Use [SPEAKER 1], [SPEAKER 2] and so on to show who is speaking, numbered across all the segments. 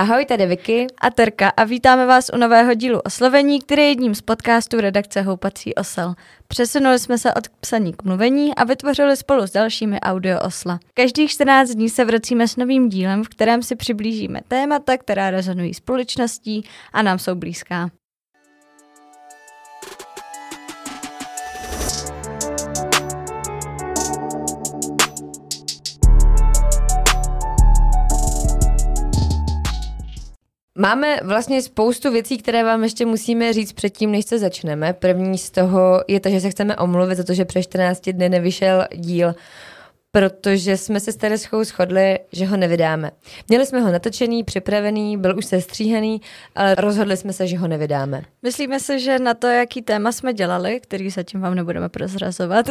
[SPEAKER 1] Ahoj, tady Vicky
[SPEAKER 2] a Terka a vítáme vás u nového dílu Oslovení, který je jedním z podcastů redakce Houpací osel. Přesunuli jsme se od psaní k mluvení a vytvořili spolu s dalšími audio osla. Každých 14 dní se vracíme s novým dílem, v kterém si přiblížíme témata, která rezonují společností a nám jsou blízká.
[SPEAKER 1] Máme vlastně spoustu věcí, které vám ještě musíme říct předtím, než se začneme. První z toho je to, že se chceme omluvit za to, že před 14 dny nevyšel díl, protože jsme se s Tereskou shodli, že ho nevydáme. Měli jsme ho natočený, připravený, byl už sestříhaný, ale rozhodli jsme se, že ho nevydáme.
[SPEAKER 2] Myslíme si, že na to, jaký téma jsme dělali, který zatím vám nebudeme prozrazovat,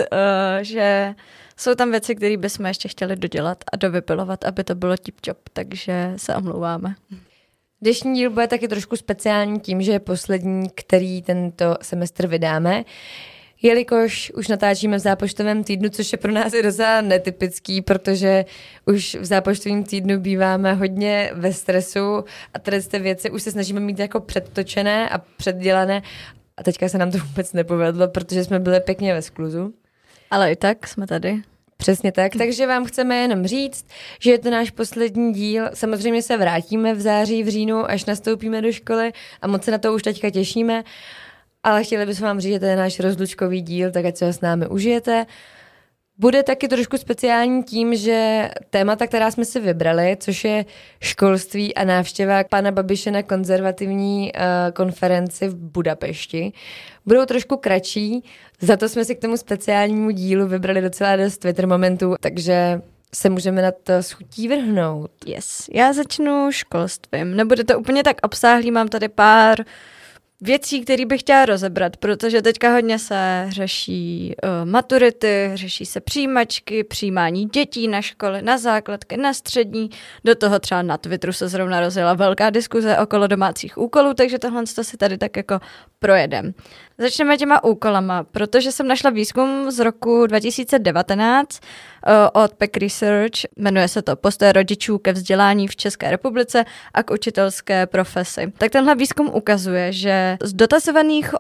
[SPEAKER 2] že jsou tam věci, které bychom ještě chtěli dodělat a dovypilovat, aby to bylo tip-top, takže se omlouváme.
[SPEAKER 1] Dnešní díl bude taky trošku speciální tím, že je poslední, který tento semestr vydáme, jelikož už natáčíme v zápočtovém týdnu, což je pro nás i docela netypický, protože už v zápočtovém týdnu býváme hodně ve stresu a tady ty věci už se snažíme mít jako předtočené a předdělané a teďka se nám to vůbec nepovedlo, protože jsme byli pěkně ve skluzu.
[SPEAKER 2] Ale i tak jsme tady.
[SPEAKER 1] Přesně tak, takže vám chceme jenom říct, že je to náš poslední díl. Samozřejmě se vrátíme v září, v říjnu, až nastoupíme do školy a moc se na to už teďka těšíme, ale chtěli bychom vám říct, že to je náš rozlučkový díl, tak ať se ho s námi užijete. Bude taky trošku speciální tím, že témata, která jsme si vybrali, což je školství a návštěva pana Babiše na konzervativní konferenci v Budapešti, budou trošku kratší, za to jsme si k tomu speciálnímu dílu vybrali docela dost Twitter momentů, takže se můžeme na to s chutí vrhnout.
[SPEAKER 2] Yes, já začnu školstvím. Nebude to úplně tak obsáhlý, mám tady pár věcí, které bych chtěla rozebrat, protože teďka hodně se řeší maturity, řeší se přijímačky, přijímání dětí na školy, na základky, na střední. Do toho třeba na Twitteru se zrovna rozjela velká diskuze okolo domácích úkolů, takže tohle si tady tak jako projedem. Začneme těma úkolama, protože jsem našla výzkum z roku 2019 od Peck Research, jmenuje se to Postoje rodičů ke vzdělání v České republice a k učitelské profesi. Tak tenhle výzkum ukazuje, že z dotazovaných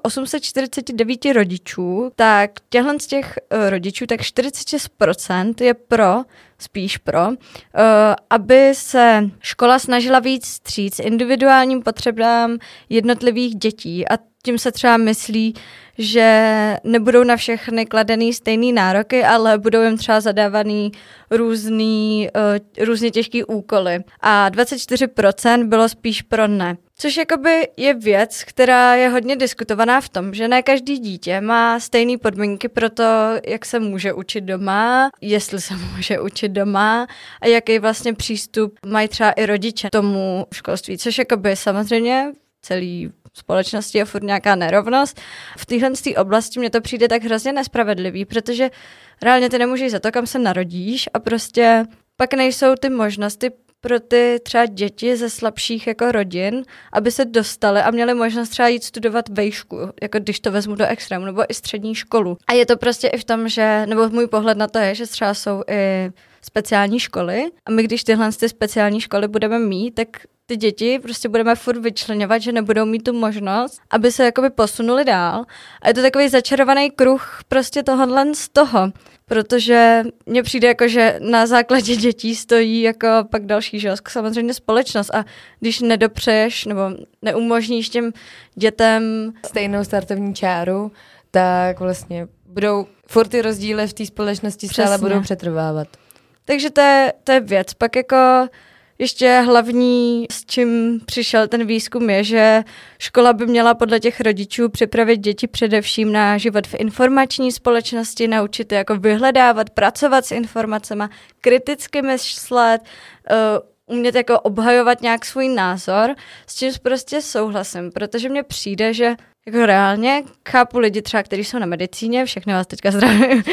[SPEAKER 2] 849 rodičů, tak těchhle z těch rodičů, tak 46% je spíš pro, aby se škola snažila víc vstříc individuálním potřebám jednotlivých dětí a tím se třeba myslí, že nebudou na všechny kladený stejný nároky, ale budou jim třeba zadávaný různě těžký úkoly. A 24% bylo spíš pro ne. Což jakoby je věc, která je hodně diskutovaná v tom, že ne každý dítě má stejné podmínky pro to, jak se může učit doma, jestli se může učit doma a jaký vlastně přístup mají třeba i rodiče k tomu školství. Což jakoby samozřejmě celý společnosti je furt nějaká nerovnost. V téhle oblasti mně to přijde tak hrozně nespravedlivý, protože reálně ty nemůžeš za to, kam se narodíš a prostě pak nejsou ty možnosti pro ty třeba děti ze slabších jako rodin, aby se dostaly a měly možnost třeba jít studovat vejšku, jako když to vezmu do extrému, nebo i střední školu. A je to prostě i v tom, že, nebo můj pohled na to je, že třeba jsou i speciální školy a my když tyhle speciální školy budeme mít, tak ty děti prostě budeme furt vyčleňovat, že nebudou mít tu možnost, aby se jakoby posunuli dál. A je to takový začarovaný kruh prostě tohohle z toho, protože mně přijde jako, že na základě dětí stojí jako pak další, že samozřejmě společnost a když nedopřeješ nebo neumožníš těm dětem
[SPEAKER 1] stejnou startovní čáru, tak vlastně budou furt ty rozdíly v té společnosti stále budou přetrvávat.
[SPEAKER 2] Takže to je věc. Pak jako ještě hlavní, s čím přišel ten výzkum, je, že škola by měla podle těch rodičů připravit děti především na život v informační společnosti, naučit je jako vyhledávat, pracovat s informacemi, kriticky myslet, umět jako obhajovat nějak svůj názor, s čím prostě souhlasím, protože mně přijde, že jako reálně chápu lidi třeba, kteří jsou na medicíně, všechny vás teďka zdravím,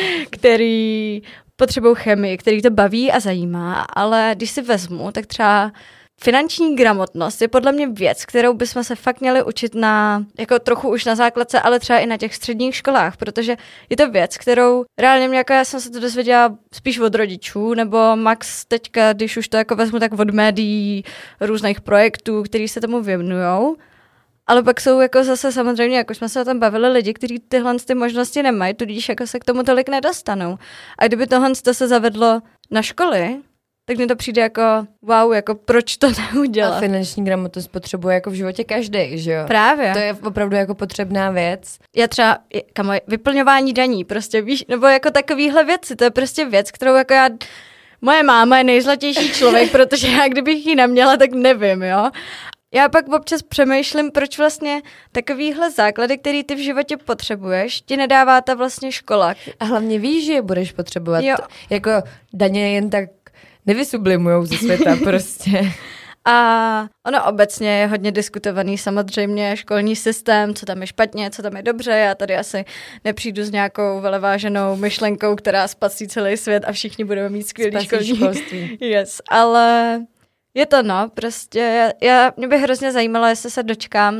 [SPEAKER 2] který potřebují chemii, který to baví a zajímá, ale když si vezmu, tak třeba finanční gramotnost je podle mě věc, kterou bychom se fakt měli učit jako trochu už na základce, ale třeba i na těch středních školách, protože je to věc, kterou reálně jako já jsem se to dozvěděla spíš od rodičů, nebo max teďka, když už to jako vezmu, tak od médií, různých projektů, který se tomu věnujou. Ale pak jsou jako zase samozřejmě, jako jsme se o tom bavili, lidi, kteří tyhle ty možnosti nemají, tudíž jako se k tomu tolik nedostanou. A kdyby tohle se zavedlo na školy, tak mi to přijde jako wow, jako proč to neudělat.
[SPEAKER 1] A finanční gramotnost potřebuje jako v životě každý, že jo?
[SPEAKER 2] Právě.
[SPEAKER 1] To je opravdu jako potřebná věc.
[SPEAKER 2] Já třeba, vyplňování daní, prostě víš, nebo jako takovýhle věci, to je prostě věc, kterou jako moje máma je nejzlatější člověk, protože já kdybych ji neměla, tak nevím, jo. Já pak občas přemýšlím, proč vlastně takovýhle základy, který ty v životě potřebuješ, ti nedává ta vlastně škola.
[SPEAKER 1] A hlavně víš, že je budeš potřebovat.
[SPEAKER 2] Jo.
[SPEAKER 1] Jako daně jen tak nevysublimujou ze světa prostě.
[SPEAKER 2] A ono obecně je hodně diskutovaný samozřejmě školní systém, co tam je špatně, co tam je dobře. Já tady asi nepřijdu s nějakou veleváženou myšlenkou, která spasí celý svět a všichni budeme mít skvělý
[SPEAKER 1] školství.
[SPEAKER 2] Yes, ale je to prostě, mě by hrozně zajímalo, jestli se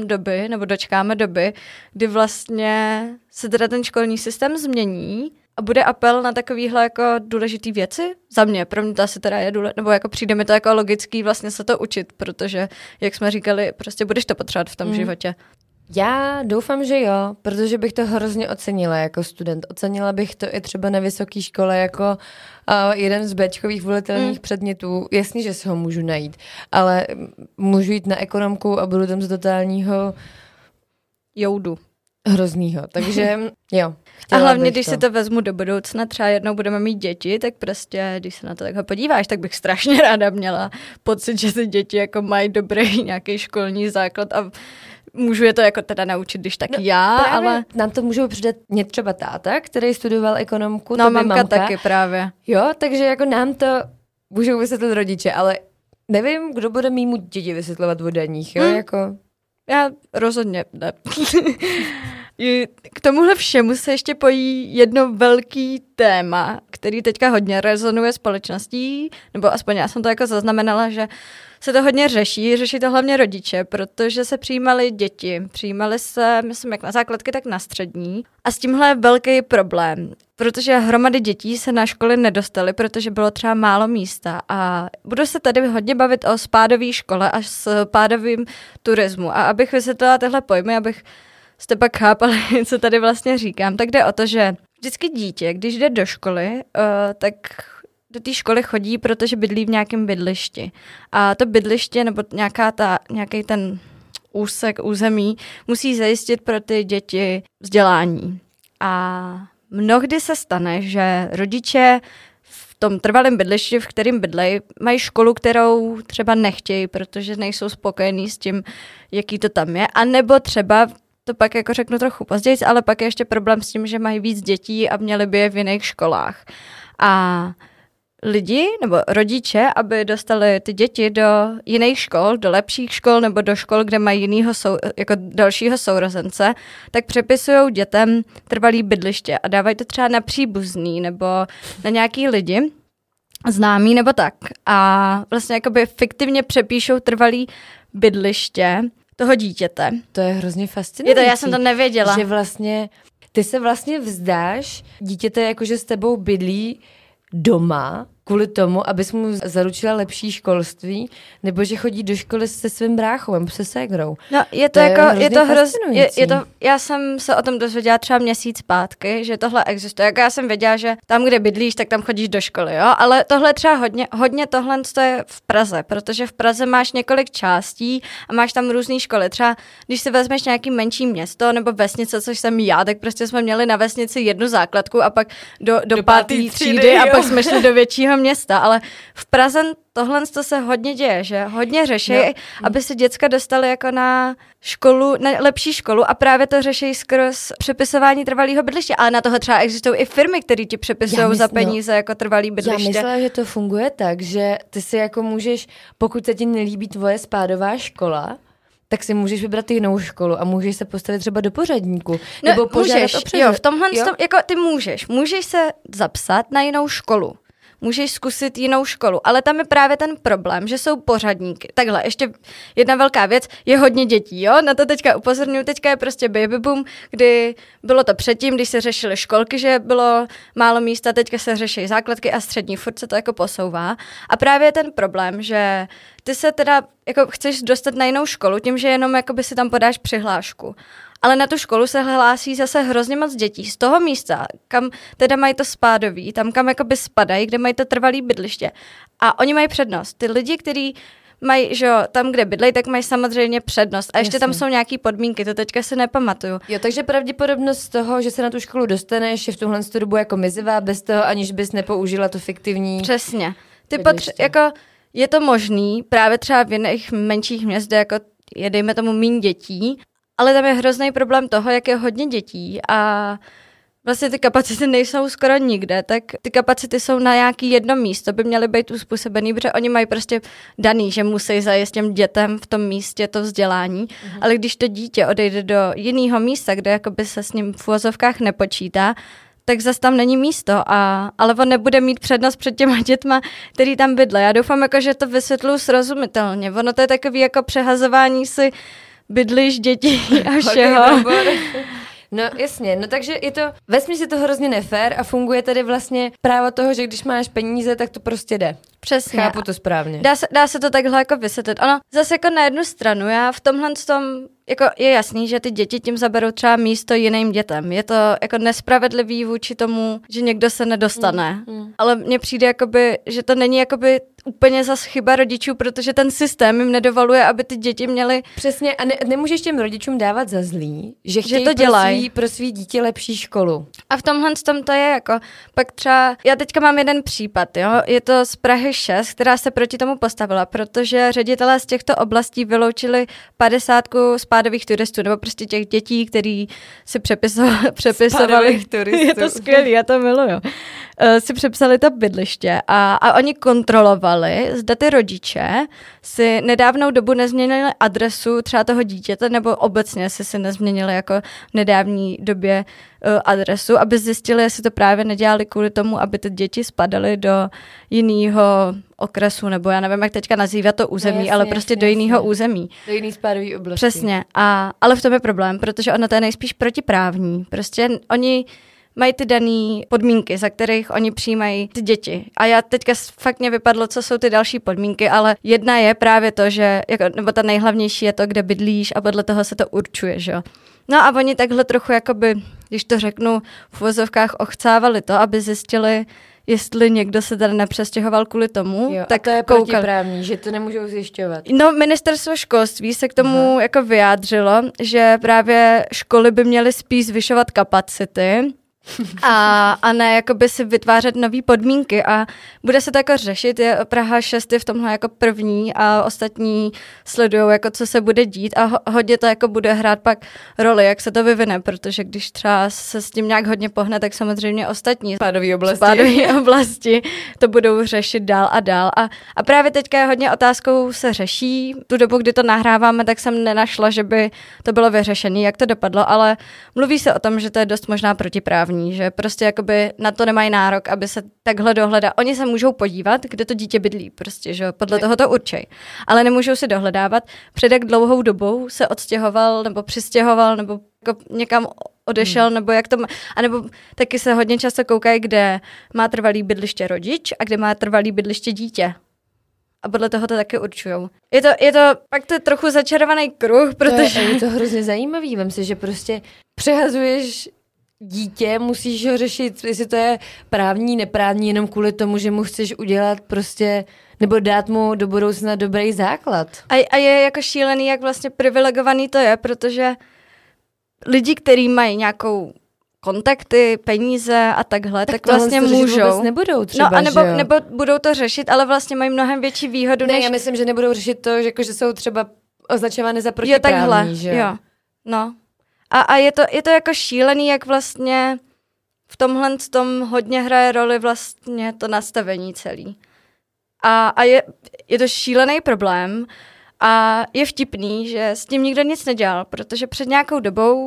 [SPEAKER 2] dočkáme doby, kdy vlastně se teda ten školní systém změní a bude apel na takovýhle jako důležitý věci? Za mě, pro mě to asi teda je důležité, nebo jako přijde mi to jako logický vlastně se to učit, protože, jak jsme říkali, prostě budeš to potřebovat v tom životě.
[SPEAKER 1] Já doufám, že jo, protože bych to hrozně ocenila jako student. Ocenila bych to i třeba na vysoké škole jako jeden z béčkových volitelných předmětů. Jasně, že si ho můžu najít, ale můžu jít na ekonomku a budu tam z totálního
[SPEAKER 2] joudu.
[SPEAKER 1] Hroznýho, takže jo.
[SPEAKER 2] A hlavně, když si to vezmu do budoucna, třeba jednou budeme mít děti, tak prostě, když se na to takhle podíváš, tak bych strašně ráda měla pocit, že ty děti jako mají dobrý nějaký školní základ a můžu je to jako teda naučit, když tak já, ale...
[SPEAKER 1] Nám to můžou přidat mě třeba táta, který studoval ekonomku,
[SPEAKER 2] no mamka taky právě.
[SPEAKER 1] Jo, takže jako nám to můžou vysvětlit rodiče, ale nevím, kdo bude mýmu děti vysvětlovat o daních, jo, jako...
[SPEAKER 2] Já rozhodně ne. K tomuhle všemu se ještě pojí jedno velký téma, který teďka hodně rezonuje společností, nebo aspoň já jsem to jako zaznamenala, že se to hodně řeší to hlavně rodiče, protože se přijímaly děti, přijímaly se, myslím, jak na základky, tak na střední. A s tímhle je velký problém, protože hromady dětí se na školy nedostaly, protože bylo třeba málo místa. A budu se tady hodně bavit o spádové škole a spádovým turismu. A abych vysvětlila tyhle pojmy, jste pak chápali, co tady vlastně říkám, tak jde o to, že vždycky dítě, když jde do školy, tak do té školy chodí, protože bydlí v nějakém bydlišti. A to bydliště nebo nějaký ten území musí zajistit pro ty děti vzdělání. A mnohdy se stane, že rodiče v tom trvalém bydlišti, v kterém bydlejí, mají školu, kterou třeba nechtějí, protože nejsou spokojení s tím, jaký to tam je. A nebo třeba to pak jako řeknu trochu později, ale pak je ještě problém s tím, že mají víc dětí a měli by je v jiných školách. A lidi nebo rodiče, aby dostali ty děti do jiných škol, do lepších škol nebo do škol, kde mají jinýho jako dalšího sourozence, tak přepisují dětem trvalý bydliště a dávají to třeba na příbuzný nebo na nějaký lidi, známý nebo tak. A vlastně jakoby fiktivně přepíšou trvalý bydliště toho dítěte.
[SPEAKER 1] To je hrozně fascinující.
[SPEAKER 2] Já jsem to nevěděla.
[SPEAKER 1] Že vlastně, ty se vlastně vzdáš dítěte, jakože s tebou bydlí doma, kvůli tomu, abys mu zaručila lepší školství, nebo že chodí do školy se svým bráchou nebo se ségrou.
[SPEAKER 2] No, je to hrozně, já jsem se o tom dozvěděla třeba měsíc zpátky, že tohle existuje. Jako já jsem věděla, že tam, kde bydlíš, tak tam chodíš do školy, jo, ale tohle třeba hodně tohle je v Praze, protože v Praze máš několik částí a máš tam různé školy. Třeba když si vezmeš nějaký menší město nebo vesnice, což jsem já, tak prostě jsme měli na vesnici jednu základku a pak do páté třídy a pak jsme šli do většího města, ale v Praze tohle se hodně děje, že hodně řeší, aby se děcka dostaly jako na školu, na lepší školu a právě to řeší skrz přepisování trvalého bydliště, ale na toho třeba existují i firmy, které ti přepisují za peníze jako trvalý bydliště.
[SPEAKER 1] Já myslela, že to funguje tak, že ty si jako můžeš, pokud se ti nelíbí tvoje spádová škola, tak si můžeš vybrat jinou školu a můžeš se postavit třeba do pořadníku.
[SPEAKER 2] No,
[SPEAKER 1] nebo požádat o přehled.
[SPEAKER 2] Jo, v tomhle jako ty můžeš se zapsat na jinou školu. můžeš zkusit jinou školu. Ale tam je právě ten problém, že jsou pořadníky. Takhle, ještě jedna velká věc, je hodně dětí, jo? Na to teďka upozorňuji, teďka je prostě baby boom, kdy bylo to předtím, když se řešily školky, že bylo málo místa, teďka se řeší základky a střední, furt se to jako posouvá. A právě je ten problém, že ty se teda jako chceš dostat na jinou školu tím, že jenom jakoby si tam podáš přihlášku. Ale na tu školu se hlásí zase hrozně moc dětí z toho místa, kam teda mají to spádový, tam kam jakoby spadají, kde mají to trvalý bydliště. A oni mají přednost. Ty lidi, kteří mají, že jo, tam, kde bydlejí, tak mají samozřejmě přednost. A ještě
[SPEAKER 1] Jasně.
[SPEAKER 2] tam jsou nějaký podmínky, to teďka si nepamatuju.
[SPEAKER 1] Jo, takže pravděpodobnost toho, že se na tu školu dostaneš, je v tuhle dobu jako mizivá, bez toho, aniž bys nepoužila to fiktivní.
[SPEAKER 2] Přesně.
[SPEAKER 1] Bydliště.
[SPEAKER 2] Jako je to možný, právě třeba v jiných menších měst, kde jako je, dejme tomu, míň dětí, ale tam je hrozný problém toho, jak je hodně dětí a vlastně ty kapacity nejsou skoro nikde, tak ty kapacity jsou na nějaký jedno místo, by měly být uspůsobený, protože oni mají prostě daný, že musí zajist těm dětem v tom místě to vzdělání, ale když to dítě odejde do jiného místa, kde jakoby se s ním v uvozovkách nepočítá, tak zase tam není místo, ale on nebude mít přednost před těma dětma, který tam bydle. Já doufám, jako, že to vysvětluji srozumitelně. Ono to je takový jako přehazování si bydliš, dětí a všeho.
[SPEAKER 1] No jasně, no takže je to, vesměs je to hrozně nefér a funguje tady vlastně právo toho, že když máš peníze, tak to prostě jde.
[SPEAKER 2] Přesně.
[SPEAKER 1] Chápu to správně.
[SPEAKER 2] Dá se to takhle jako vysvětlit. Ono, zase jako na jednu stranu, já v tomhle tom, jako je jasný, že ty děti tím zaberou třeba místo jiným dětem. Je to jako nespravedlivý vůči tomu, že někdo se nedostane. Ale mně přijde jakoby, že to není jakoby úplně zas chyba rodičů, protože ten systém jim nedovoluje, aby ty děti měly...
[SPEAKER 1] Přesně, a nemůžeš těm rodičům dávat za zlý, že chtějí
[SPEAKER 2] to dělají
[SPEAKER 1] pro svý dítě lepší školu.
[SPEAKER 2] A v tomhle tom to je jako, pak třeba, já teďka mám jeden případ, jo, je to z Prahy 6, která se proti tomu postavila, protože ředitelé z těchto oblastí vyloučili 50 spádových turistů, nebo prostě těch dětí, který si přepisovali. Je to skvělý, já to miluju. Si přepsali to bydliště a oni kontrolovali, zda ty rodiče si nedávnou dobu nezměnili adresu třeba toho dítěte, nebo obecně si nezměnili jako v nedávné době adresu, aby zjistili, jestli to právě nedělali kvůli tomu, aby ty děti spadaly do jiného okresu, nebo já nevím, jak teďka nazývat to území, jasně, ale prostě do jiného území.
[SPEAKER 1] Do jiný spádový oblasti.
[SPEAKER 2] Přesně. Ale v tom je problém, protože ono to je nejspíš protiprávní. Prostě oni mají ty dané podmínky, za kterých oni přijímají ty děti. A já teďka fakt mě vypadlo, co jsou ty další podmínky, ale jedna je právě to, že, jako, nebo ta nejhlavnější je to, kde bydlíš a podle toho se to určuje, že jo. No a oni takhle trochu jakoby, když to řeknu, v uvozovkách ochcávali to, aby zjistili, jestli někdo se tady nepřestěhoval kvůli tomu.
[SPEAKER 1] Jo, tak to je protiprávní, že to nemůžou zjišťovat.
[SPEAKER 2] No, ministerstvo školství se k tomu jako vyjádřilo, že právě školy by měly spíš zvyšovat kapacity, a ne jakoby si vytvářet nový podmínky a bude se to jako řešit, Praha 6 je v tomhle jako první a ostatní sledujou jako co se bude dít a hodně to jako bude hrát pak roli, jak se to vyvine, protože když třeba se s tím nějak hodně pohne, tak samozřejmě ostatní
[SPEAKER 1] spádové
[SPEAKER 2] oblasti to budou řešit dál a dál a právě teďka je hodně otázkou se řeší, tu dobu, kdy to nahráváme, tak jsem nenašla, že by to bylo vyřešené, jak to dopadlo, ale mluví se o tom, že to je dost možná protiprávní, že prostě jakoby na to nemají nárok, aby se takhle dohledá. Oni se můžou podívat, kde to dítě bydlí, prostě, že podle toho to určej. Ale nemůžou si dohledávat, před jak dlouhou dobou se odstěhoval nebo přistěhoval nebo jako někam odešel, nebo jak to má, anebo taky se hodně často koukají, kde má trvalý bydliště rodič a kde má trvalý bydliště dítě. A podle toho to taky určujou. Je to pak to je trochu začarovaný kruh, protože...
[SPEAKER 1] Je to hrozně zajímavý. Vem si, že prostě přehazuješ dítě, musíš ho řešit, jestli to je právní, neprávní, jenom kvůli tomu, že mu chceš udělat prostě, nebo dát mu do budoucna dobrý základ.
[SPEAKER 2] A je jako šílený, jak vlastně privilegovaný to je, protože lidi, kteří mají nějakou kontakty, peníze a takhle, tak vlastně můžou.
[SPEAKER 1] Vůbec nebudou třeba,
[SPEAKER 2] no a nebo budou to řešit, ale vlastně mají mnohem větší výhodu,
[SPEAKER 1] ne,
[SPEAKER 2] než...
[SPEAKER 1] já myslím, že nebudou řešit to, že jsou třeba označovány za protiprávní, že
[SPEAKER 2] jo. No. A je to jako šílený, jak vlastně v tomhle tom hodně hraje roli vlastně to nastavení celý. A je to šílený problém a je vtipný, že s tím nikdo nic nedělal, protože před nějakou dobou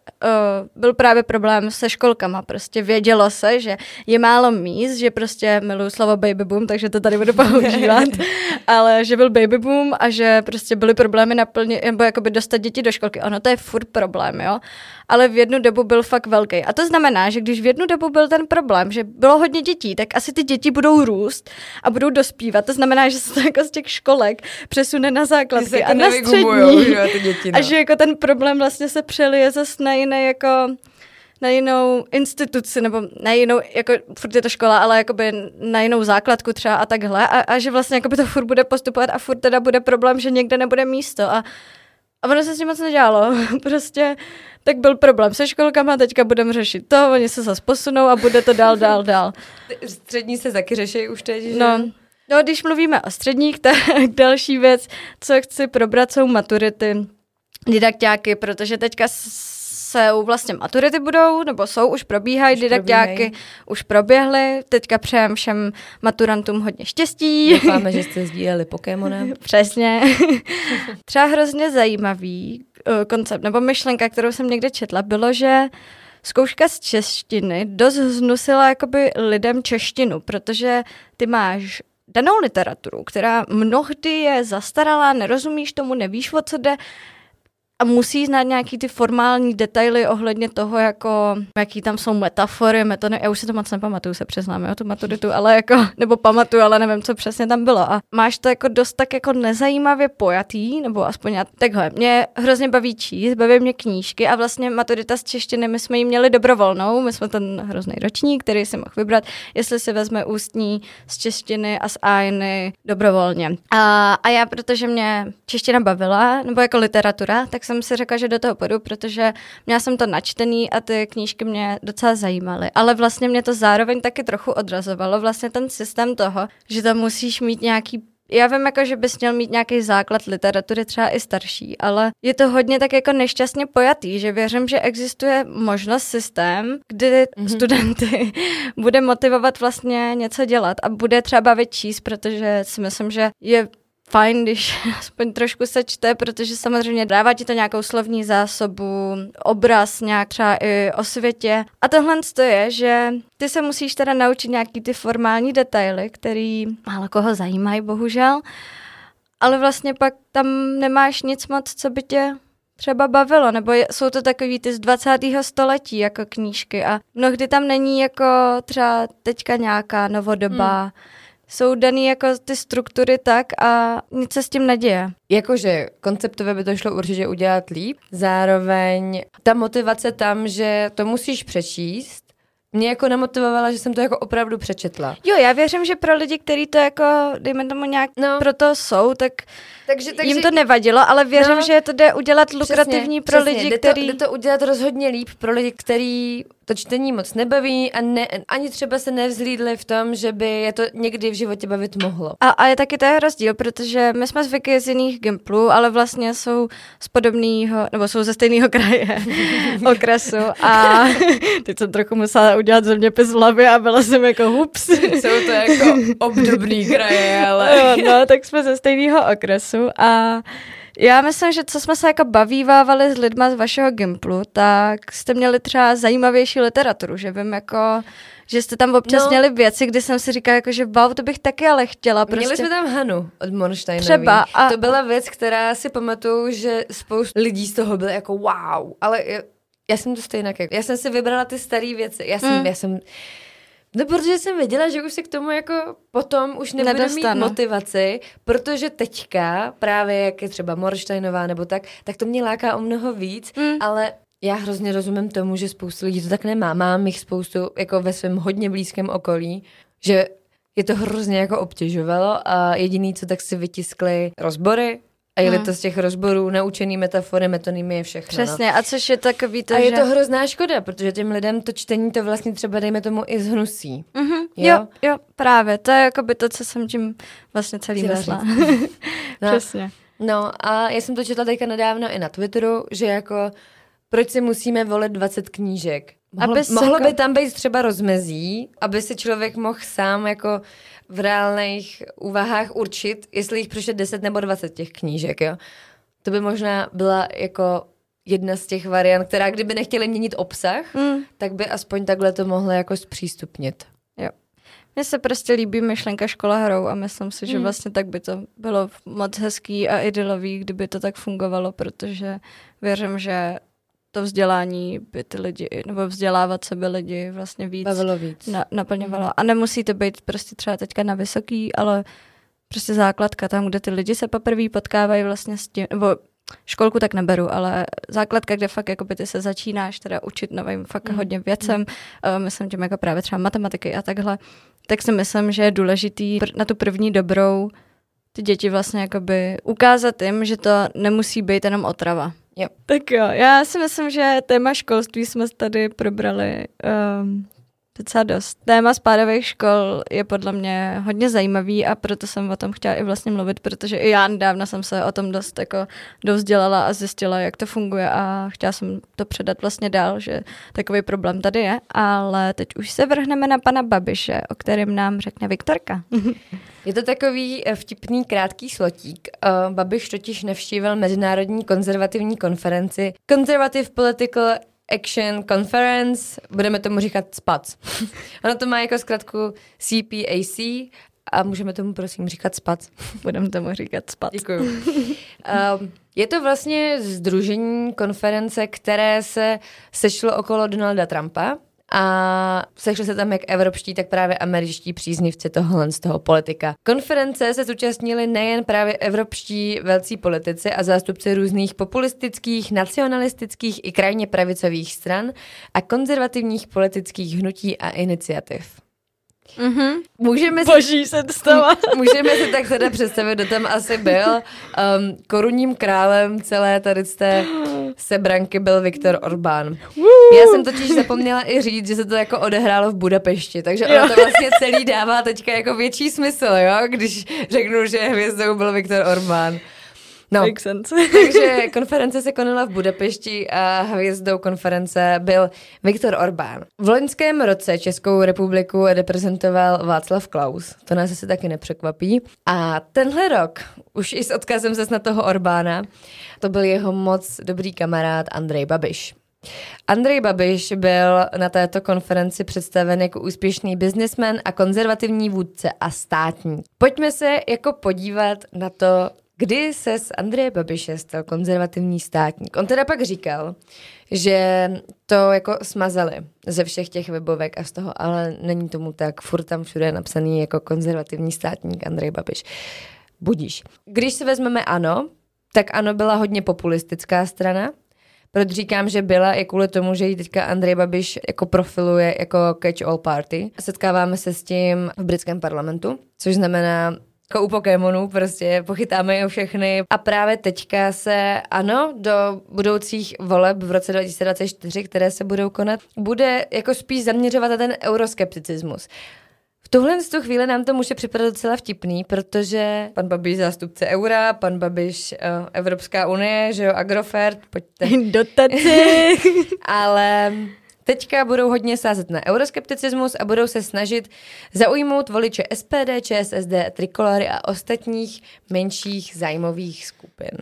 [SPEAKER 2] byl právě problém se školkama. Prostě vědělo se, že je málo míst, že prostě miluji slovo baby boom, takže to tady budu používat, ale že byl baby boom a že prostě byly problémy naplnit, nebo jakoby dostat děti do školky. Ono to je furt problém, jo. Ale v jednu dobu byl fakt velký. A to znamená, že když v jednu dobu byl ten problém, že bylo hodně dětí, tak asi ty děti budou růst a budou dospívat. To znamená, že se to jako z těch školek přesune na základky a na střední.
[SPEAKER 1] Ty děti, no.
[SPEAKER 2] A že jako ten problém vlastně se přelije zase na jiné jako na jinou instituci, nebo na jinou, jako furt je to škola, ale jakoby na jinou základku třeba a takhle. A že vlastně jakoby to furt bude postupovat a furt teda bude problém, že někde nebude místo. A ono se s tím moc nedělalo. Prostě tak byl problém se školkama, teďka budeme řešit to, oni se zase posunou a bude to dál.
[SPEAKER 1] Střední se taky řeší už teď, že?
[SPEAKER 2] No, když mluvíme o středních, tak další věc, co chci probrat, jsou maturity, didakťáky, protože teďka jsou vlastně maturity budou, nebo jsou, už probíhají, didakťáky už proběhly, teďka přejem všem maturantům hodně štěstí.
[SPEAKER 1] Doufáme, že jste sdíleli Pokémonem.
[SPEAKER 2] Přesně. Třeba hrozně zajímavý koncept, nebo myšlenka, kterou jsem někde četla, bylo, že zkouška z češtiny dost znusila jakoby lidem češtinu, protože ty máš danou literaturu, která mnohdy je zastaralá, nerozumíš tomu, nevíš, o co jde, a musí znát nějaký ty formální detaily ohledně toho, jako, jaký tam jsou metafory, metody. Já už si to moc nepamatuju, se přiznám, jo, tu maturitu, ale jako, nebo pamatuju, ale nevím, co přesně tam bylo. A máš to jako dost tak jako nezajímavě pojatý, nebo aspoň takhle. Mě hrozně baví číst, baví mě knížky a vlastně maturita z češtiny, my jsme ji měli dobrovolnou, my jsme ten hrozný ročník, který si mohl vybrat, jestli si vezme ústní z češtiny a z ájny dobrovolně. A já, protože mě čeština bavila, nebo jako literatura, tak jsem si řekla, že do toho půjdu, protože měla jsem to načtený a ty knížky mě docela zajímaly. Ale vlastně mě to zároveň taky trochu odrazovalo. Vlastně ten systém toho, že tam musíš mít nějaký, já vím, jako, že bys měl mít nějaký základ literatury, třeba i starší, ale je to hodně tak jako nešťastně pojatý, že věřím, že existuje možnost systém, kdy studenty bude motivovat vlastně něco dělat a bude třeba bavit číst, protože si myslím, že je fajn, když aspoň trošku se čte, protože samozřejmě dává ti to nějakou slovní zásobu, obraz nějak třeba i o světě. A tohle je, že ty se musíš teda naučit nějaký ty formální detaily, který málo koho zajímají, bohužel. Ale vlastně pak tam nemáš nic moc, co by tě třeba bavilo, nebo jsou to takový ty z 20. století jako knížky a mnohdy tam není jako třeba teďka nějaká novodoba. Jsou daný jako ty struktury tak a nic se s tím neděje.
[SPEAKER 1] Jakože konceptově by to šlo určitě udělat líp. Zároveň ta motivace tam, že to musíš přečíst, mě jako nemotivovala, že jsem to jako opravdu přečetla.
[SPEAKER 2] Jo, já věřím, že pro lidi, kteří to jako, dejme tomu nějak proto jsou, takže jim to nevadilo, ale věřím, že to jde udělat lukrativní pro lidi, kteří...
[SPEAKER 1] Jde to udělat rozhodně líp pro lidi, kteří to čtení moc nebaví a ani třeba se nevzlídli v tom, že by je to někdy v životě bavit mohlo.
[SPEAKER 2] A je taky to je rozdíl, protože my jsme zvyklí z jiných gimplů, ale vlastně jsou z podobného, nebo jsou ze stejného kraje, okresu a teď jsem trochu musela udělat zeměpis v hlavě a byla jsem jako hups.
[SPEAKER 1] Jsou to jako obdobný kraje, ale...
[SPEAKER 2] No, tak jsme ze stejného okresu a já myslím, že co jsme se jako bavívávali s lidma z vašeho gimplu, tak jste měli třeba zajímavější literaturu, že vím jako, že jste tam občas měli věci, kdy jsem si říkala jako, že wow, to bych taky ale chtěla. Prostě.
[SPEAKER 1] Měli jsme tam Hanu od Mornsteinový.
[SPEAKER 2] Třeba.
[SPEAKER 1] To byla věc, která si pamatuju, že spoustu lidí z toho bylo jako wow, ale já jsem to stejně jako, já jsem si vybrala ty staré věci, já jsem no, protože jsem věděla, že už se k tomu jako potom už nebudu mít motivaci, protože teďka právě jak je třeba Mornsteinová nebo tak to mě láká o mnoho víc, ale já hrozně rozumím tomu, že spoustu lidí to tak nemá. Mám jich spoustu jako ve svém hodně blízkém okolí, že je to hrozně jako obtěžovalo a jediný, co tak si vytiskli rozbory, a jeli to z těch rozborů, naučený metafory, metonymy je všechno.
[SPEAKER 2] Přesně, a což je takový to,
[SPEAKER 1] a je to hrozná škoda, protože těm lidem to čtení to vlastně třeba, dejme tomu, i zhnusí.
[SPEAKER 2] Jo, právě, to je jakoby to, co jsem tím vlastně celý myslela. Přesně.
[SPEAKER 1] No a já jsem to četla teďka nedávno i na Twitteru, že jako proč si musíme volit 20 knížek? Mohlo by tam být třeba rozmezí, aby si člověk mohl sám jako v reálných úvahách určit, jestli jich přečte 10 nebo 20 těch knížek, jo. To by možná byla jako jedna z těch variant, která kdyby nechtěli měnit obsah, tak by aspoň takhle to mohlo jako zpřístupnit.
[SPEAKER 2] Jo. Mně se prostě líbí myšlenka škola hrou a myslím si, že vlastně tak by to bylo moc hezký a idylový, kdyby to tak fungovalo, protože věřím, že to vzdělání by ty lidi, nebo vzdělávat se by lidi vlastně víc naplňovalo. A nemusí to být prostě třeba teďka na vysoký, ale prostě základka tam, kde ty lidi se poprvé potkávají vlastně s tím, nebo školku tak neberu, ale základka, kde fakt jakoby ty se začínáš teda učit novým fakt hodně věcem, myslím tím jako právě třeba matematiky a takhle, tak si myslím, že je důležitý na tu první dobrou ty děti vlastně jakoby ukázat jim, že to nemusí být jenom otrava.
[SPEAKER 1] Jo.
[SPEAKER 2] Tak jo, já si myslím, že téma školství jsme tady probrali docela dost. Téma spádových škol je podle mě hodně zajímavý a proto jsem o tom chtěla i vlastně mluvit, protože i já nedávno jsem se o tom dost jako dovzdělala a zjistila, jak to funguje a chtěla jsem to předat vlastně dál, že takový problém tady je, ale teď už se vrhneme na pana Babiše, o kterém nám řekne Viktorka.
[SPEAKER 1] Je to takový vtipný krátký slotík. Babiš totiž navštívil Mezinárodní konzervativní konferenci Conservative Political Action Conference, budeme tomu říkat SPAC. Ono to má jako zkratku CPAC a můžeme tomu prosím říkat SPAC.
[SPEAKER 2] Budeme tomu říkat SPAC.
[SPEAKER 1] Děkuju. Je to vlastně sdružení konference, které se sešlo okolo Donalda Trumpa a sešli se tam jak evropští, tak právě američtí příznivci tohohle z toho politika. Konference se zúčastnili nejen právě evropští velcí politici a zástupci různých populistických, nacionalistických i krajně pravicových stran a konzervativních politických hnutí a iniciativ. Můžeme si tak teda představit, kdo tam asi byl. Korunním králem celé tady z té sebranky byl Viktor Orbán. Já jsem totiž zapomněla i říct, že se to jako odehrálo v Budapešti, takže ono to vlastně celý dává teďka jako větší smysl, jo, když řeknu, že hvězdou byl Viktor Orbán. No, takže konference se konala v Budapešti a hvězdou konference byl Viktor Orbán. V loňském roce Českou republiku reprezentoval Václav Klaus, to nás asi taky nepřekvapí. A tenhle rok, už i s odkazem zase na toho Orbána, to byl jeho moc dobrý kamarád Andrej Babiš. Andrej Babiš byl na této konferenci představen jako úspěšný businessman a konzervativní vůdce a státník. Pojďme se jako podívat na to, kdy se z Andreje Babiše stal konzervativní státník. On teda pak říkal, že to jako smazali ze všech těch webovek a z toho, ale není tomu tak, furt tam všude je napsaný jako konzervativní státník Andrej Babiš. Budíš. Když si vezmeme ANO, tak ANO byla hodně populistická strana. Proč říkám, že byla, je kvůli tomu, že ji teďka Andrej Babiš jako profiluje jako catch-all party. Setkáváme se s tím v britském parlamentu, což znamená jako u Pokémonů, prostě pochytáme je všechny. A právě teďka se, ano, do budoucích voleb v roce 2024, které se budou konat, bude jako spíš zaměřovat na ten euroskepticismus. V tuhle chvíli nám to může připadat docela vtipný, protože pan Babiš zástupce eura, pan Babiš Evropská unie, že jo, Agrofert, pojďte.
[SPEAKER 2] Dotaci.
[SPEAKER 1] Ale teďka budou hodně sázet na euroskepticismus a budou se snažit zaujmout voliče SPD, ČSSD, Trikolory a ostatních menších zájmových skupin.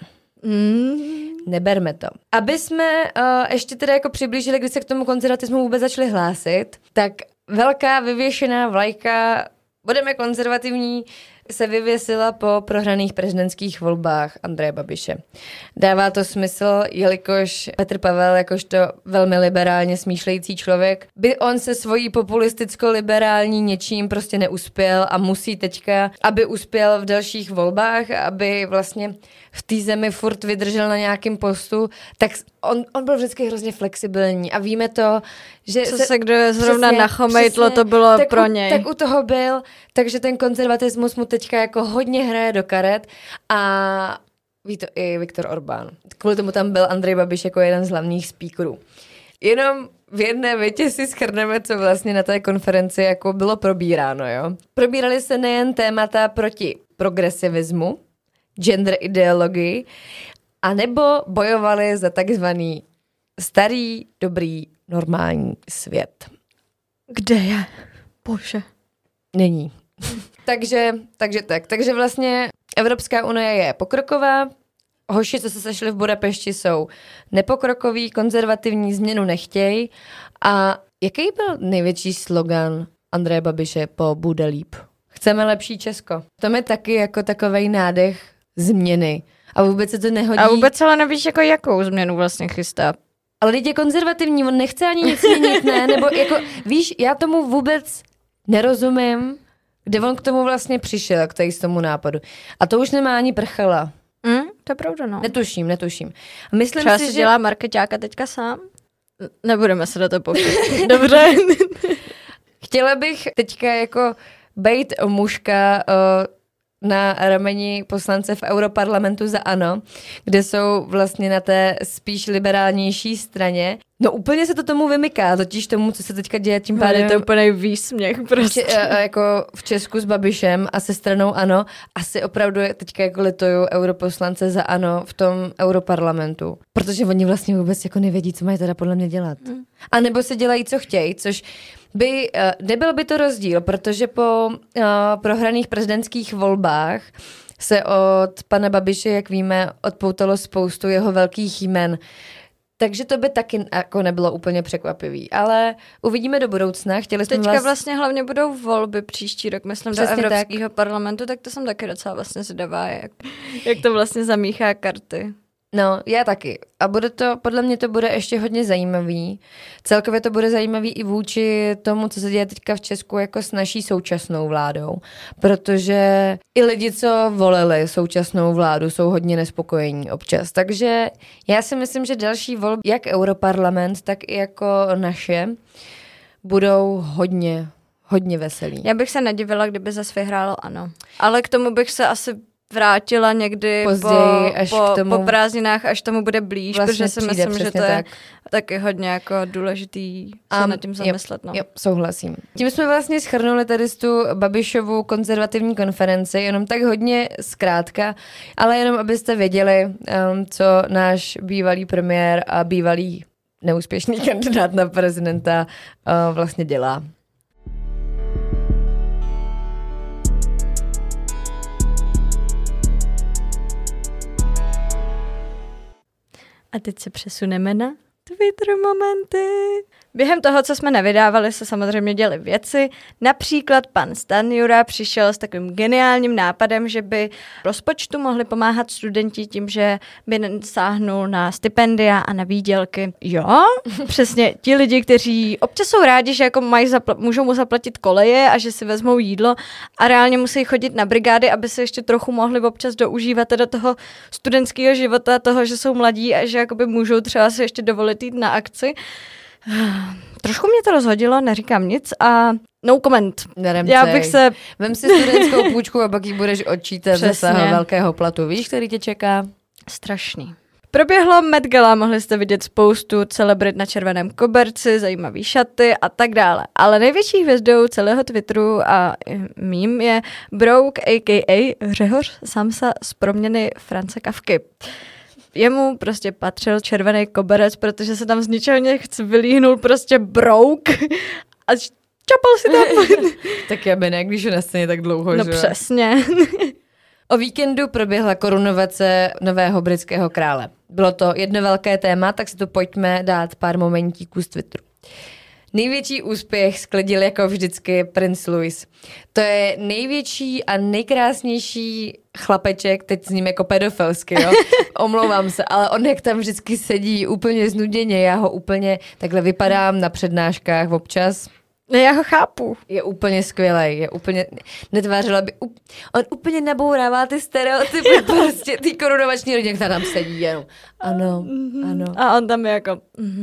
[SPEAKER 1] Neberme to. Aby jsme ještě teda jako přiblížili, kdy se k tomu konzervatismu vůbec začali hlásit, tak velká vyvěšená vlajka budeme konzervativní se vyvěsila po prohraných prezidentských volbách Andreje Babiše. Dává to smysl, jelikož Petr Pavel, jakožto velmi liberálně smýšlející člověk, by on se svojí populisticko-liberální něčím prostě neuspěl a musí teďka, aby uspěl v dalších volbách, aby vlastně v té zemi furt vydržel na nějakém postu, tak on byl vždycky hrozně flexibilní a víme to, že
[SPEAKER 2] co se kdo zrovna nachomejtlo, to bylo
[SPEAKER 1] tak
[SPEAKER 2] pro něj.
[SPEAKER 1] Tak u toho byl, takže ten konzervatismus mu teďka jako hodně hraje do karet a ví to i Viktor Orbán. Kvůli tomu tam byl Andrej Babiš jako jeden z hlavních speakerů. Jenom v jedné větě si shrneme, co vlastně na té konferenci jako bylo probíráno, jo. Probírali se nejen témata proti progresivismu, gender ideologii, anebo bojovali za takzvaný starý, dobrý, normální svět.
[SPEAKER 2] Kde je? Bože.
[SPEAKER 1] Není. Takže vlastně Evropská unie je pokroková, hoši, co se sešli v Budapešti, jsou nepokrokoví, konzervativní, změnu nechtějí. A jaký byl největší slogan Andreje Babiše po Bude líp? Chceme lepší Česko. To je taky jako takovej nádech změny. A vůbec se to nehodí.
[SPEAKER 2] A vůbec ale nevíš, jako jakou změnu vlastně chystá.
[SPEAKER 1] Ale lidi je konzervativní, on nechce ani nic měnit, ne? Nebo jako, víš, já tomu vůbec nerozumím, kde on k tomu vlastně přišel, k tomu nápadu. A to už nemá ani prchala.
[SPEAKER 2] To je pravda, no.
[SPEAKER 1] Netuším. A myslím
[SPEAKER 2] třeba
[SPEAKER 1] si,
[SPEAKER 2] si
[SPEAKER 1] že
[SPEAKER 2] dělá markeťáka teďka sám? Nebudeme se do toho pouštět. Dobře.
[SPEAKER 1] chtěla bych teďka jako bejt mužka na rameni poslance v Europarlamentu za ANO, kde jsou vlastně na té spíš liberálnější straně. No úplně se to tomu vymyká, totiž tomu, co se teďka děje, tím pádem...
[SPEAKER 2] Je to úplně výsměch prostě.
[SPEAKER 1] Jako v Česku s Babišem a se stranou ANO. Asi opravdu teďka jako lituju europoslance za ANO v tom Europarlamentu. Protože oni vlastně vůbec jako nevědí, co mají teda podle mě dělat. A nebo se dělají, co chtějí, což nebyl by to rozdíl, protože po prohraných prezidentských volbách se od pana Babiše, jak víme, odpoutalo spoustu jeho velkých jmen. Takže to by taky jako nebylo úplně překvapivý, ale uvidíme do budoucna.
[SPEAKER 2] Teďka vlastně hlavně budou volby příští rok, myslím, přesně do Evropského parlamentu, tak to jsem taky docela vlastně zvědavá, jak to vlastně zamíchá karty.
[SPEAKER 1] No, já taky. A podle mě to bude ještě hodně zajímavý. Celkově to bude zajímavý i vůči tomu, co se děje teďka v Česku jako s naší současnou vládou. Protože i lidi, co volili současnou vládu, jsou hodně nespokojení občas. Takže já si myslím, že další volby, jak Europarlament, tak i jako naše, budou hodně veselý.
[SPEAKER 2] Já bych se nedivila, kdyby zase vyhrálo ANO. Ale k tomu bych se asi vrátila někdy později, po prázdninách, až tomu bude blíž, vlastně protože si myslím, že to je taky hodně jako důležitý se nad tím zamyslet.
[SPEAKER 1] Jo, souhlasím. Tím jsme vlastně shrnuli tady tu Babišovu konzervativní konferenci, jenom tak hodně zkrátka, ale jenom abyste věděli, co náš bývalý premiér a bývalý neúspěšný kandidát na prezidenta vlastně dělá.
[SPEAKER 2] A teď se přesuneme na Twitter momenty. Během toho, co jsme nevydávali, se samozřejmě děly věci. Například pan Stanjura přišel s takovým geniálním nápadem, že by rozpočtu mohli pomáhat studenti tím, že by sáhnul na stipendia a na výdělky. Jo, přesně ti lidi, kteří občas jsou rádi, že jako můžou mu zaplatit koleje a že si vezmou jídlo a reálně musí chodit na brigády, aby se ještě trochu mohli občas doužívat do toho studentského života, toho, že jsou mladí a že jakoby můžou třeba si ještě dovolit jít na akci. Trošku mě to rozhodilo, neříkám nic a no comment. Já bych se...
[SPEAKER 1] Vem si studentskou půjčku a pak ji budeš odčítat ze svého velkého platu. Víš, který tě čeká?
[SPEAKER 2] Strašný. Proběhlo Met Gala, mohli jste vidět spoustu celebrit na červeném koberci, zajímavý šaty a tak dále. Ale největší hvězdou celého Twitteru a mím je Brouk, a.k.a. Řehoř Samsa z Proměny Franze Kafky. Jemu prostě patřil červený koberec, protože se tam z ničeho nic vylíhnul prostě Brouk a čapal si tam.
[SPEAKER 1] Tak já by ne, když je na scéně tak dlouho,
[SPEAKER 2] no
[SPEAKER 1] že?
[SPEAKER 2] No přesně.
[SPEAKER 1] O víkendu proběhla korunovace nového britského krále. Bylo to jedno velké téma, tak si to pojďme dát pár momentíků z Twitteru. Největší úspěch sklidil jako vždycky princ Louis. To je největší a nejkrásnější chlapeček, teď s ním jako pedofilsky, jo? Omlouvám se, ale on jak tam vždycky sedí úplně znuděně, já ho úplně takhle vypadám na přednáškách občas.
[SPEAKER 2] Já ho chápu.
[SPEAKER 1] Je úplně skvělej, je úplně, netvářila by, on úplně nabourává ty stereotypy prostě, ty korunovační rodiny, která tam sedí jenom. Ano.
[SPEAKER 2] A on tam je jako...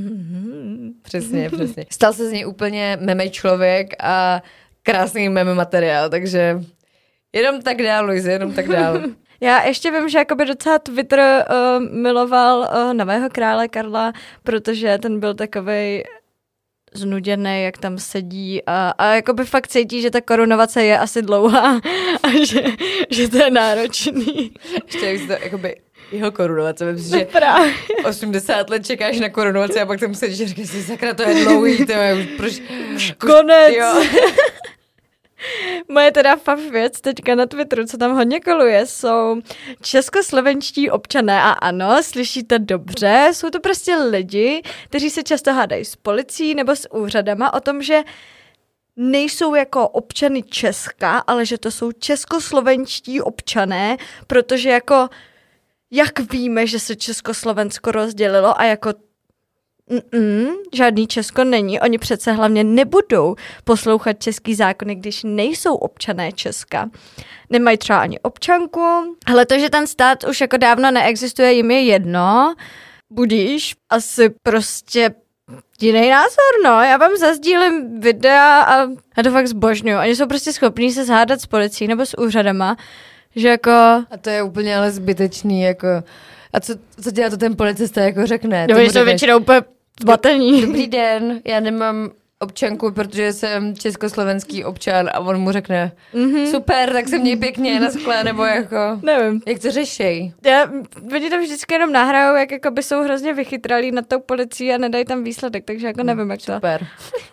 [SPEAKER 1] Přesně. Stal se z něj úplně meme člověk a krásný meme materiál, takže jenom tak dál, Luise, jenom tak dál.
[SPEAKER 2] Já ještě vím, že jakoby docela Twitter miloval nového krále Karla, protože ten byl takovej znuděný, jak tam sedí a jakoby fakt cítí, že ta korunovace je asi dlouhá a že to je náročný.
[SPEAKER 1] Ještě jak to jakoby jeho korunovace, myslím, že 80 let čekáš na korunovaci a pak tam sedíš a říkáš si, sakra, to je dlouhý, to je už proč...
[SPEAKER 2] Konec! Jo. Moje teda fav věc teďka na Twitteru, co tam hodně koluje, jsou českoslovenští občané a ano, slyšíte dobře, jsou to prostě lidi, kteří se často hádají s policií nebo s úřadama o tom, že nejsou jako občany Česka, ale že to jsou českoslovenští občané, protože jako jak víme, že se Československo rozdělilo a jako žádný Česko není. Oni přece hlavně nebudou poslouchat český zákony, když nejsou občané Česka. Nemají třeba ani občanku. Ale to, že ten stát už jako dávno neexistuje, jim je jedno. Budíš asi prostě jiný názor, no. Já vám zazdílím videa a to fakt zbožňuju. Oni jsou prostě schopní se zhádat s policií nebo s úřadama, že jako...
[SPEAKER 1] A to je úplně ale zbytečný, jako... A co dělá to ten policista, jako řekne?
[SPEAKER 2] No, jsou většinou úplně zbatení.
[SPEAKER 1] Dobrý den, já nemám občanku, protože jsem československý občan a on mu řekne super, tak se měj pěkně na skle, nebo jako...
[SPEAKER 2] Nevím.
[SPEAKER 1] Jak to řešej?
[SPEAKER 2] Oni to vždycky jenom nahrajou, jak jako by jsou hrozně vychytralí nad tou policií a nedají tam výsledek, takže jako nevím, jak to...
[SPEAKER 1] Super.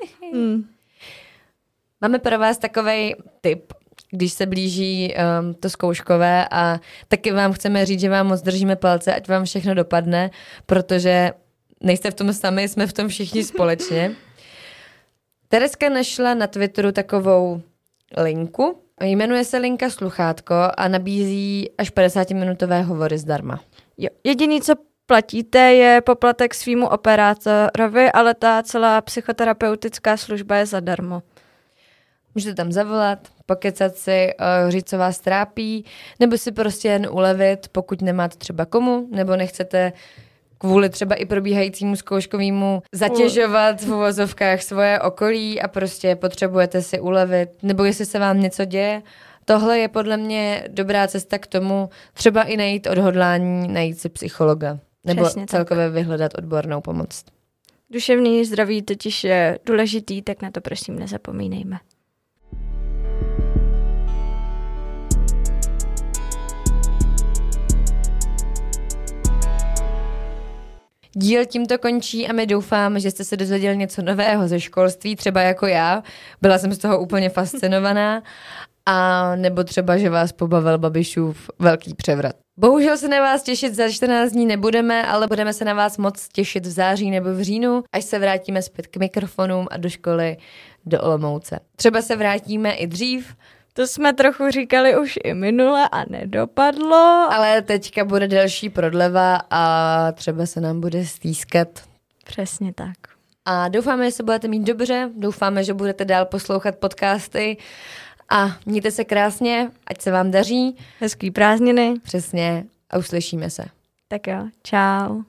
[SPEAKER 1] Máme pro vás takovej tip, když se blíží to zkouškové a taky vám chceme říct, že vám moc držíme palce, ať vám všechno dopadne, protože nejste v tom sami, jsme v tom všichni společně. Tereska našla na Twitteru takovou linku, jmenuje se linka Sluchátko a nabízí až 50-minutové hovory zdarma.
[SPEAKER 2] Jo, jediný, co platíte, je poplatek svýmu operátorovi, ale ta celá psychoterapeutická služba je zadarmo.
[SPEAKER 1] Můžete tam zavolat, pokecat si, říct, co vás trápí, nebo si prostě jen ulevit, pokud nemáte třeba komu, nebo nechcete kvůli třeba i probíhajícímu zkouškovému zatěžovat v uvozovkách svoje okolí a prostě potřebujete si ulevit, nebo jestli se vám něco děje. Tohle je podle mě dobrá cesta k tomu, třeba i najít odhodlání, najít si psychologa, nebo
[SPEAKER 2] přesně
[SPEAKER 1] celkově
[SPEAKER 2] tak.
[SPEAKER 1] Vyhledat odbornou pomoc.
[SPEAKER 2] Duševní zdraví totiž je důležitý, tak na to prosím nezapomínejme.
[SPEAKER 1] Díl tímto končí a my doufáme, že jste se dozvěděli něco nového ze školství, třeba jako já. Byla jsem z toho úplně fascinovaná. A nebo třeba, že vás pobavil Babišův velký převrat. Bohužel se na vás těšit za 14 dní nebudeme, ale budeme se na vás moc těšit v září nebo v říjnu, až se vrátíme zpět k mikrofonům a do školy do Olomouce. Třeba se vrátíme i dřív.
[SPEAKER 2] To jsme trochu říkali už i minule a nedopadlo.
[SPEAKER 1] Ale teďka bude delší prodleva a třeba se nám bude stýskat.
[SPEAKER 2] Přesně tak.
[SPEAKER 1] A doufáme, že se budete mít dobře, doufáme, že budete dál poslouchat podcasty a mějte se krásně, ať se vám daří.
[SPEAKER 2] Hezký prázdniny.
[SPEAKER 1] Přesně a uslyšíme se.
[SPEAKER 2] Tak jo, čau.